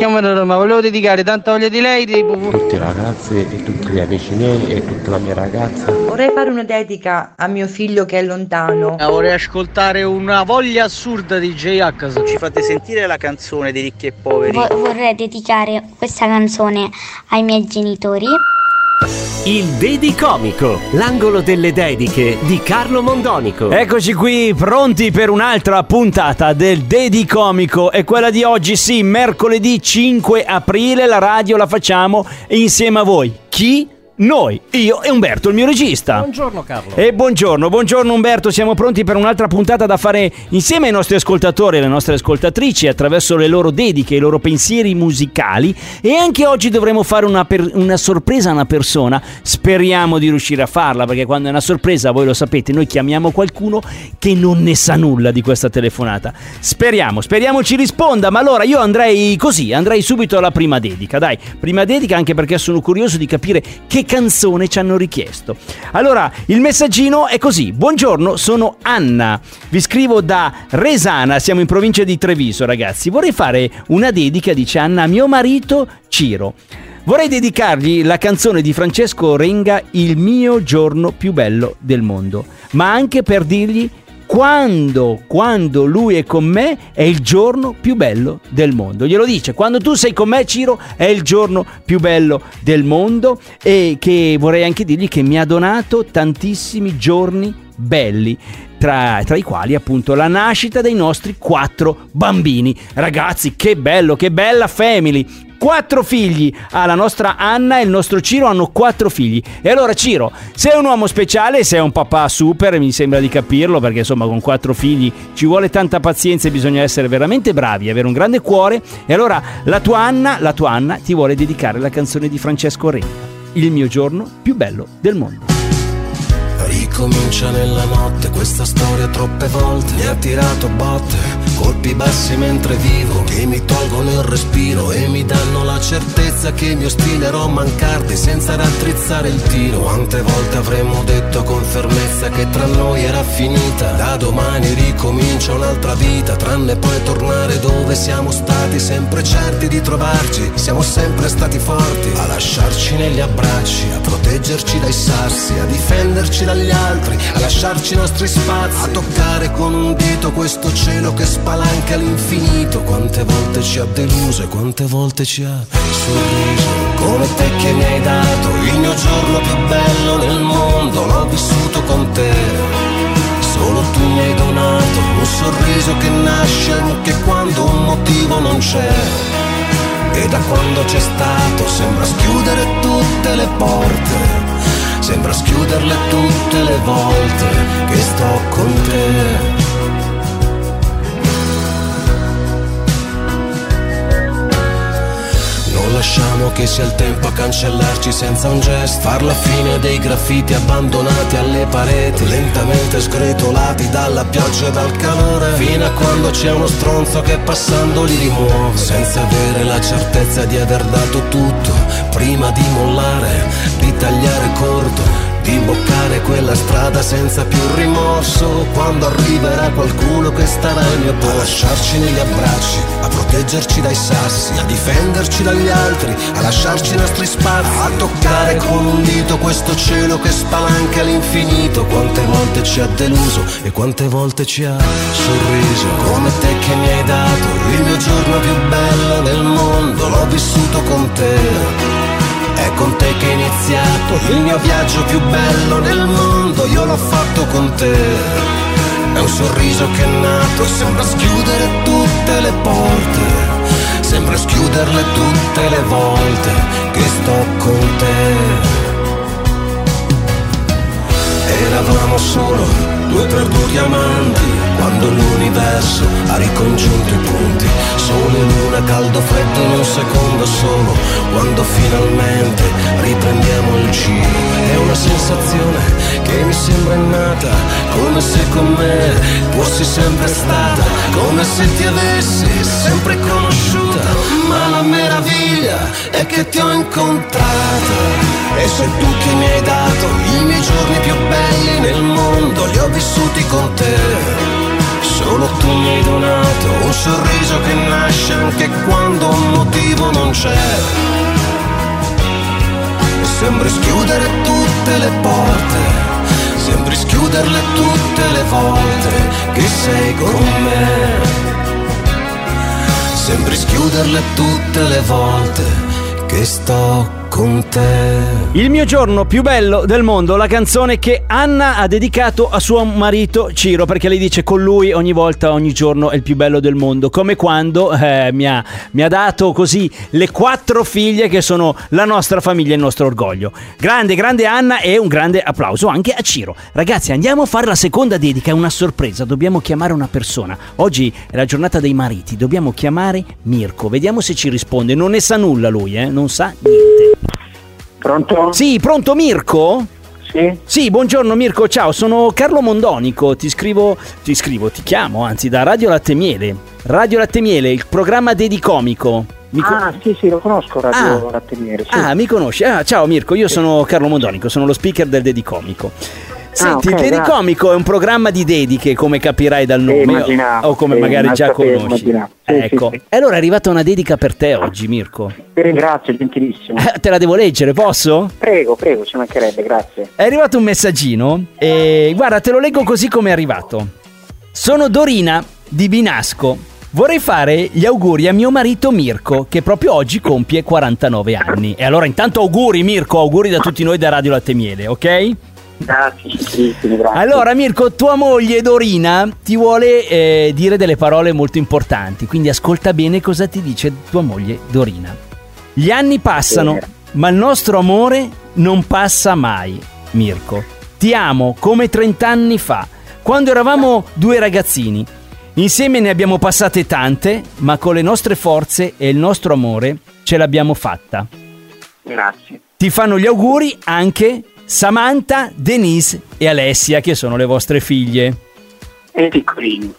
chiamo da Roma, volevo dedicare tanta voglia di lei tutti i ragazzi e tutti gli amici miei e tutta la mia ragazza. Vorrei fare una dedica a mio figlio che è lontano. Vorrei ascoltare una voglia assurda di J-H. Ci fate sentire la canzone dei Ricchi e Poveri? Vorrei dedicare questa canzone ai miei genitori. Il Dedicomico, l'angolo delle dediche di Carlo Mondonico. Eccoci qui, pronti per un'altra puntata del Dedicomico. E quella di oggi, sì, mercoledì 5 aprile, la radio la facciamo insieme a voi. Chi? Noi, io e Umberto, il mio regista. Buongiorno Carlo. E buongiorno Umberto, siamo pronti per un'altra puntata da fare insieme ai nostri ascoltatori e alle nostre ascoltatrici attraverso le loro dediche, i loro pensieri musicali. E anche oggi dovremo fare una sorpresa a una persona. Speriamo di riuscire a farla, perché quando è una sorpresa, voi lo sapete, noi chiamiamo qualcuno che non ne sa nulla di questa telefonata. Speriamo ci risponda. Ma allora io andrei subito alla prima dedica. Dai, prima dedica, anche perché sono curioso di capire che canzone ci hanno richiesto. Allora, il messaggino è così: buongiorno, sono Anna, vi scrivo da Resana, siamo in provincia di Treviso, ragazzi. Vorrei fare una dedica, dice Anna, a mio marito Ciro. Vorrei dedicargli la canzone di Francesco Renga, Il mio giorno più bello del mondo, ma anche per dirgli quando lui è con me è il giorno più bello del mondo. Glielo dice: quando tu sei con me, Ciro, è il giorno più bello del mondo. E che vorrei anche dirgli che mi ha donato tantissimi giorni belli, tra i quali appunto la nascita dei nostri 4 bambini. Ragazzi, che bello, che bella family! 4 figli la nostra Anna e il nostro Ciro hanno 4 figli. E allora, Ciro, sei un uomo speciale, sei un papà super, mi sembra di capirlo, perché insomma con 4 figli ci vuole tanta pazienza e bisogna essere veramente bravi, avere un grande cuore. E allora la tua Anna ti vuole dedicare la canzone di Francesco Renga, Il mio giorno più bello del mondo. Ricomincia nella notte questa storia troppe volte. Mi ha tirato botte, colpi bassi mentre vivo, che mi tolgono il respiro e mi danno la certezza che mi ostinerò a mancarti senza raddrizzare il tiro. Quante volte avremmo detto con fermezza che tra noi era finita, da domani ricomincia un'altra vita, tranne poi tornare dove siamo stati, sempre certi di trovarci. Siamo sempre stati forti, a lasciarci negli abbracci, a proteggerci dai sassi, a difenderci dagli altri, a lasciarci i nostri spazi, a toccare con un dito questo cielo che spalanca all'infinito. Quante volte ci ha deluso e quante volte ci ha sorriso. Come te che mi hai dato il mio giorno più bello nel mondo, l'ho vissuto con te. Solo tu mi hai donato un sorriso che nasce anche quando un motivo non c'è. E da quando c'è stato sembra schiudere tutte le porte, sembra schiuderle tutte le volte che sto con te. Non lasciamo che sia il tempo a cancellarci senza un gesto, far la fine dei graffiti abbandonati alle pareti, lentamente sgretolati dalla pioggia e dal calore, fino a quando c'è uno stronzo che passando li rimuove, senza avere la certezza di aver dato tutto, prima di mollare, di tagliare corto, di imboccare quella strada senza più rimorso. Quando arriverà qualcuno che starà al mio posto, a lasciarci negli abbracci, a proteggerci dai sassi, a difenderci dagli altri, a lasciarci i nostri spazi, a toccare con un dito questo cielo che spalanca all'infinito. Quante volte ci ha deluso e quante volte ci ha sorriso. Come te che mi hai dato il mio giorno più bello del mondo, l'ho vissuto con te. È con te che è iniziato il mio viaggio più bello nel mondo, io l'ho fatto con te. È un sorriso che è nato e sembra schiudere tutte le porte, sembra schiuderle tutte le volte che sto con te. Eravamo solo 2 perduti amanti, quando l'universo ha ricongiunto i punti. Sole, luna, caldo, freddo in un secondo solo, quando finalmente riprendiamo il giro. È una sensazione che mi sembra innata, come se con me fossi sempre stata, come se ti avessi sempre conosciuta. Ma la meraviglia è che ti ho incontrata, e sei tu che mi hai dato i miei giorni più belli nel mondo, li ho vissuti con te. Solo tu mi hai donato un sorriso che nasce anche quando un motivo Sembri schiudere tutte le porte, sembri schiuderle tutte le volte che sei con me. Sembri schiuderle tutte le volte che sto con te. Il mio giorno più bello del mondo, la canzone che Anna ha dedicato a suo marito Ciro, perché lei dice con lui ogni volta, ogni giorno è il più bello del mondo, come quando mi ha dato così le 4 figlie che sono la nostra famiglia e il nostro orgoglio. Grande Anna, e un grande applauso anche a Ciro. Ragazzi, andiamo a fare la seconda dedica, è una sorpresa, dobbiamo chiamare una persona. Oggi è la giornata dei mariti, dobbiamo chiamare Mirko, vediamo se ci risponde. Non ne sa nulla lui, non sa niente. Pronto? Sì, pronto Mirko? Sì. Sì, buongiorno Mirko, ciao, sono Carlo Mondonico, ti chiamo anzi da Radio Latte Miele. Radio Latte Miele, il programma Dedicomico. Sì, lo conosco, Radio Latte Miele. Sì. Mi conosci? Ciao Mirko, io sono Carlo Mondonico, sono lo speaker del Dedicomico. Senti, il Dedicomico è un programma di dediche, come capirai dal nome, o come magari già conosci. Ecco, sì. E allora è arrivata una dedica per te oggi, Mirko. Ti ringrazio, gentilissimo. Te la devo leggere, posso? Prego, ci mancherebbe, grazie. È arrivato un messaggino e guarda, te lo leggo così come è arrivato. Sono Dorina di Binasco. Vorrei fare gli auguri a mio marito Mirko, che proprio oggi compie 49 anni. E allora intanto auguri Mirko, auguri da tutti noi da Radio Latte Miele, ok? Grazie. Allora Mirko, tua moglie Dorina ti vuole dire delle parole molto importanti, quindi ascolta bene cosa ti dice tua moglie Dorina. Gli anni passano, ma il nostro amore non passa mai, Mirko. Ti amo come 30 anni fa, quando eravamo 2 ragazzini. Insieme ne abbiamo passate tante, ma con le nostre forze e il nostro amore ce l'abbiamo fatta. Grazie. Ti fanno gli auguri anche Samantha, Denise e Alessia, che sono le vostre figlie. E piccolini.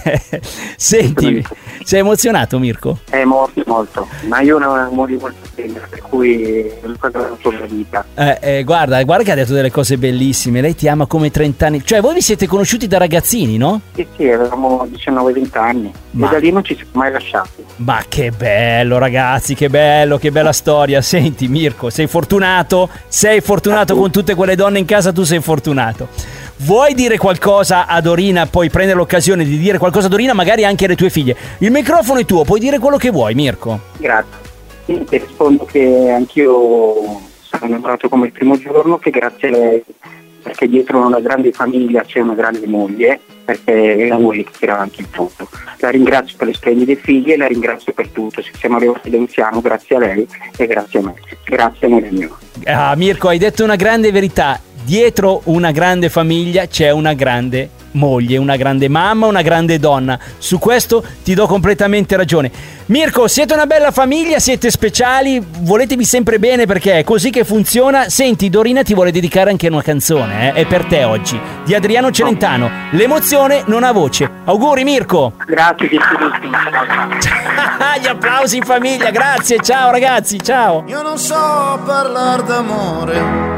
Senti, sei emozionato Mirko? Molto, ma io ho una moglie molto bella, per cui non ho avuto la vita. Guarda che ha detto delle cose bellissime. Lei ti ama come 30 anni. Cioè voi vi siete conosciuti da ragazzini, no? Sì, avevamo 19-20 anni. E da lì non ci siamo mai lasciati. Ma che bello ragazzi, che bella storia. Senti Mirko, sei fortunato con tutte quelle donne in casa, tu sei fortunato. Vuoi dire qualcosa a Dorina? Puoi prendere l'occasione di dire qualcosa a Dorina, magari anche alle tue figlie. Il microfono è tuo, puoi dire quello che vuoi, Mirko. Grazie. Ti rispondo che anch'io sono innamorato come il primo giorno, che grazie a lei, perché dietro una grande famiglia c'è una grande moglie, perché è la moglie che tira avanti il tutto. La ringrazio per le splendide figlie, la ringrazio per tutto. Se siamo arrivati dove siamo, grazie a lei e grazie a me. Grazie amore mio. Mirko, hai detto una grande verità. Dietro una grande famiglia c'è una grande moglie, una grande mamma, una grande donna. Su questo ti do completamente ragione. Mirko, siete una bella famiglia, siete speciali, voletevi sempre bene perché è così che funziona. Senti, Dorina ti vuole dedicare anche una canzone, è per te oggi, di Adriano Celentano. L'emozione non ha voce. Auguri Mirko. Grazie, gentilissimo. Gli applausi in famiglia, grazie, ciao ragazzi, ciao. Io non so parlare d'amore,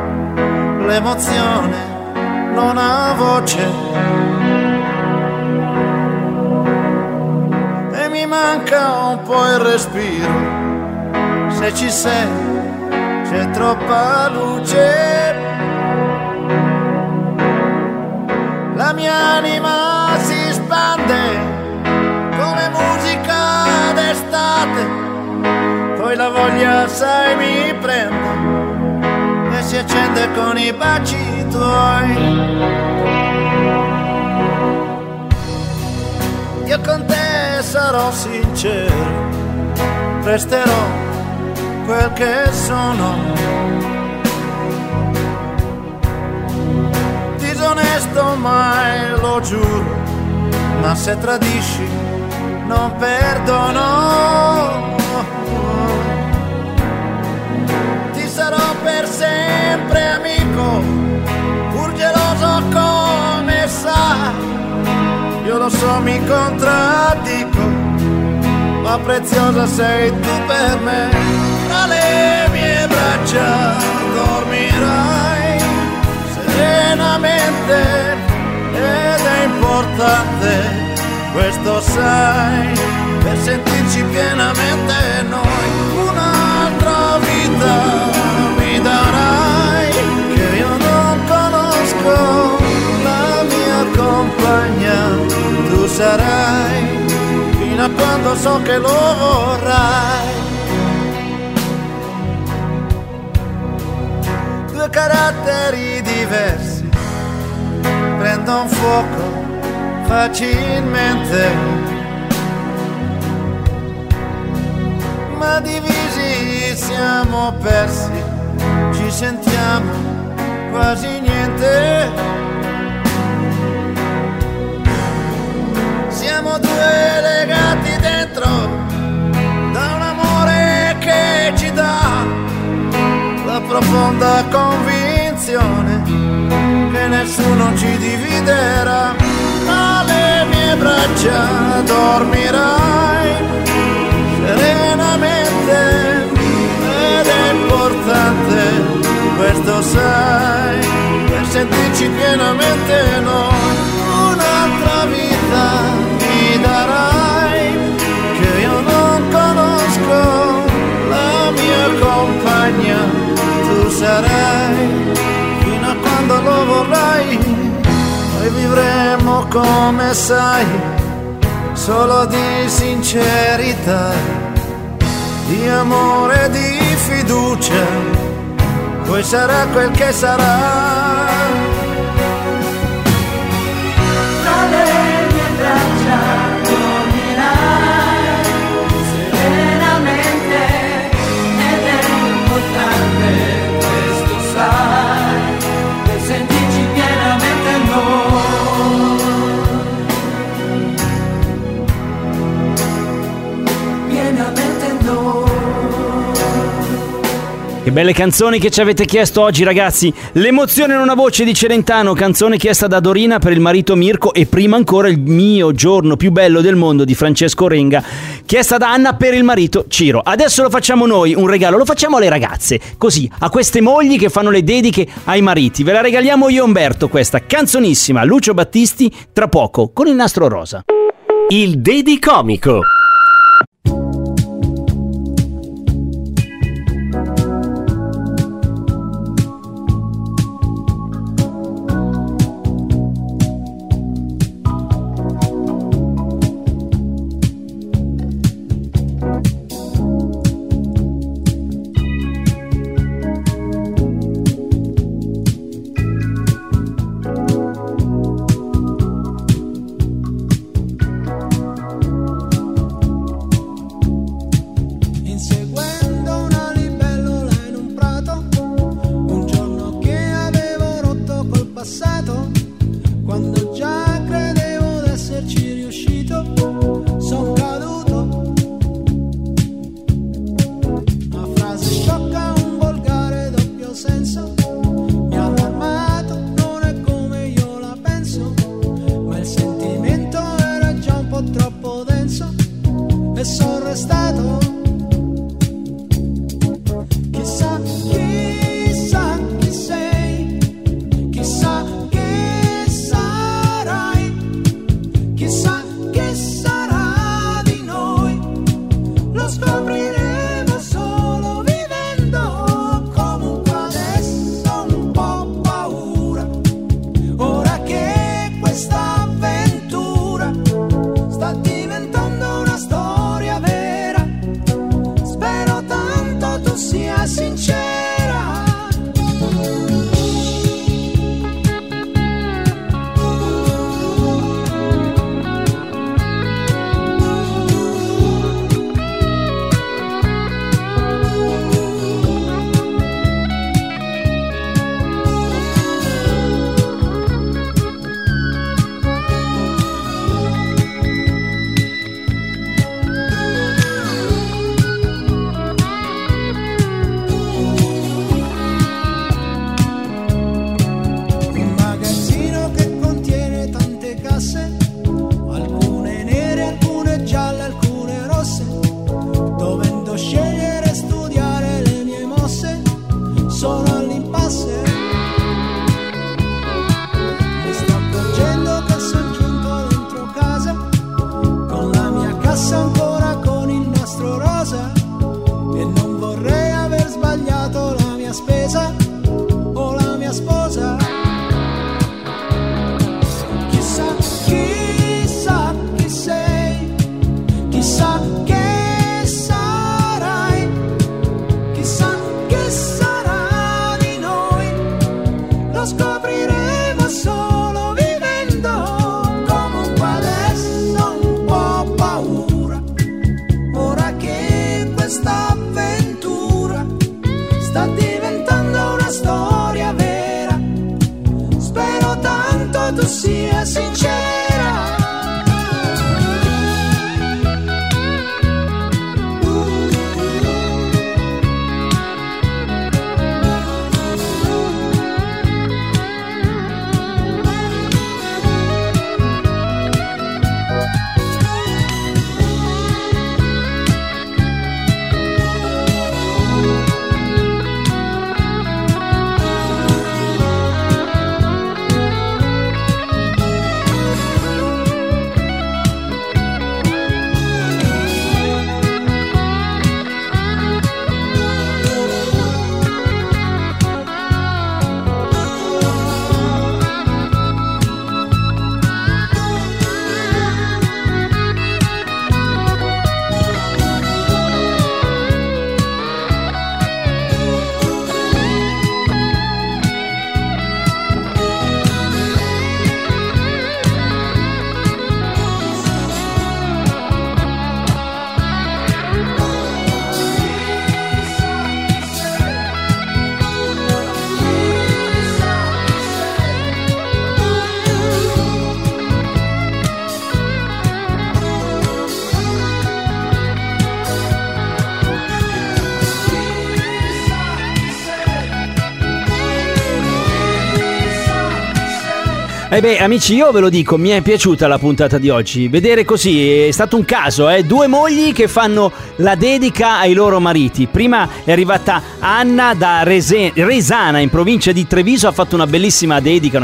l'emozione non ha voce e mi manca un po' il respiro. Se ci sei c'è troppa luce, la mia anima si spande come musica d'estate, poi la voglia sai mi prende e si accende con i baci tuoi. Io con te sarò sincero, resterò quel che sono, disonesto mai lo giuro, ma se tradisci non perdono. Ti sarò per sempre amico, pur geloso come sai. Io lo so, mi contraddico, ma preziosa sei tu per me. Tra le mie braccia dormirai serenamente ed è importante, questo sai, per sentirci pienamente noi. Un'altra vita mi darai quando so che lo vorrai. Due caratteri diversi prendono fuoco facilmente, ma divisi siamo persi, ci sentiamo quasi niente. Siamo due legati dentro da un amore che ci dà la profonda convinzione che nessuno ci dividerà. Alle mie braccia dormirai serenamente ed è importante, questo sai, per sentirci pienamente noi. Un'altra vita mi darai che io non conosco, la mia compagna tu sarai fino a quando lo vorrai. Noi vivremo come sai, solo di sincerità, di amore, di fiducia, poi sarà quel che sarà. Tra le mie braccia dormirai serenamente ed è importante, questo sai, per sentirci pienamente noi. Che belle canzoni che ci avete chiesto oggi, ragazzi. L'emozione in una voce di Celentano, canzone chiesta da Dorina per il marito Mirko, e prima ancora Il mio giorno più bello del mondo di Francesco Renga, chiesta da Anna per il marito Ciro. Adesso lo facciamo noi, un regalo, lo facciamo alle ragazze, così, a queste mogli che fanno le dediche ai mariti. Ve la regaliamo io e Umberto, questa canzonissima, Lucio Battisti, tra poco, con il nastro rosa. Il Dedicomico. beh, amici, io ve lo dico, mi è piaciuta la puntata di oggi. Vedere così, è stato un caso, due mogli che fanno la dedica ai loro mariti. Prima è arrivata Anna da Resana, in provincia di Treviso, ha fatto una bellissima dedica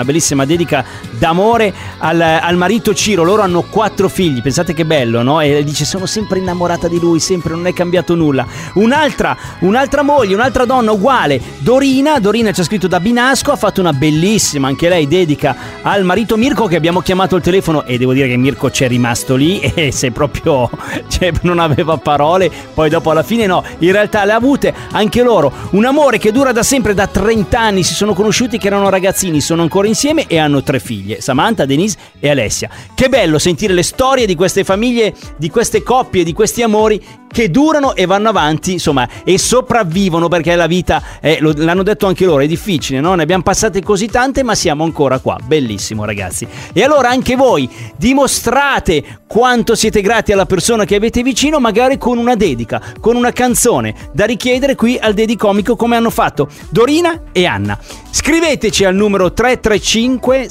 d'amore al marito Ciro. Loro hanno 4 figli, pensate che bello, no? E dice: sono sempre innamorata di lui, sempre, non è cambiato nulla. Un'altra moglie, un'altra donna uguale, Dorina ci ha scritto da Binasco, ha fatto una bellissima, anche lei, dedica al marito Mirko, che abbiamo chiamato al telefono, e devo dire che Mirko c'è rimasto lì e se proprio non aveva parole. Poi dopo alla fine no, in realtà le ha avute anche loro. Un amore che dura da sempre, da 30 anni, si sono conosciuti che erano ragazzini, sono ancora insieme e hanno 3 figlie, Samantha, Denise e Alessia. Che bello sentire le storie di queste famiglie, di queste coppie, di questi amori che durano e vanno avanti, insomma, e sopravvivono, perché la vita, l'hanno detto anche loro, è difficile, no? Ne abbiamo passate così tante, ma siamo ancora qua. Bellissimo, ragazzi. E allora anche voi dimostrate quanto siete grati alla persona che avete vicino, magari con una dedica, con una canzone da richiedere qui al Dedicomico, come hanno fatto Dorina e Anna. Scriveteci al numero 335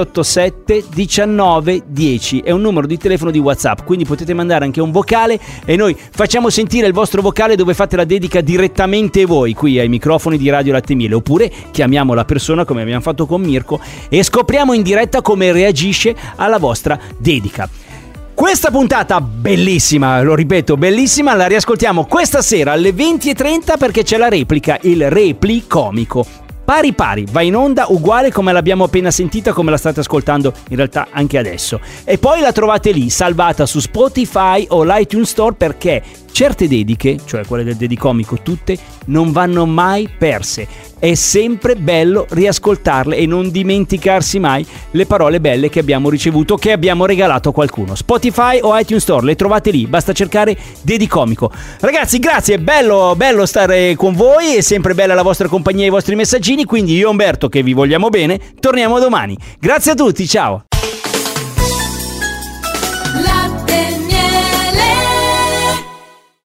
787 1910, è un numero di telefono di WhatsApp, quindi potete mandare anche un vocale e noi facciamo sentire il vostro vocale dove fate la dedica direttamente voi qui ai microfoni di Radio Latte Miele, oppure chiamiamo la persona come abbiamo fatto con Mirko e scopriamo in diretta come reagisce alla vostra dedica. Questa puntata bellissima, lo ripeto, bellissima, la riascoltiamo questa sera alle 20:30 perché c'è la replica, il Replicomico. Pari, va in onda uguale come l'abbiamo appena sentita, come la state ascoltando in realtà anche adesso. E poi la trovate lì, salvata su Spotify o l'iTunes Store, perché certe dediche, cioè quelle del Dedicomico tutte, non vanno mai perse. È sempre bello riascoltarle e non dimenticarsi mai le parole belle che abbiamo ricevuto, che abbiamo regalato a qualcuno. Spotify o iTunes Store, le trovate lì, basta cercare Dedicomico. Ragazzi, grazie, bello stare con voi, è sempre bella la vostra compagnia e i vostri messaggini, quindi io e Umberto, che vi vogliamo bene, torniamo domani. Grazie a tutti, ciao!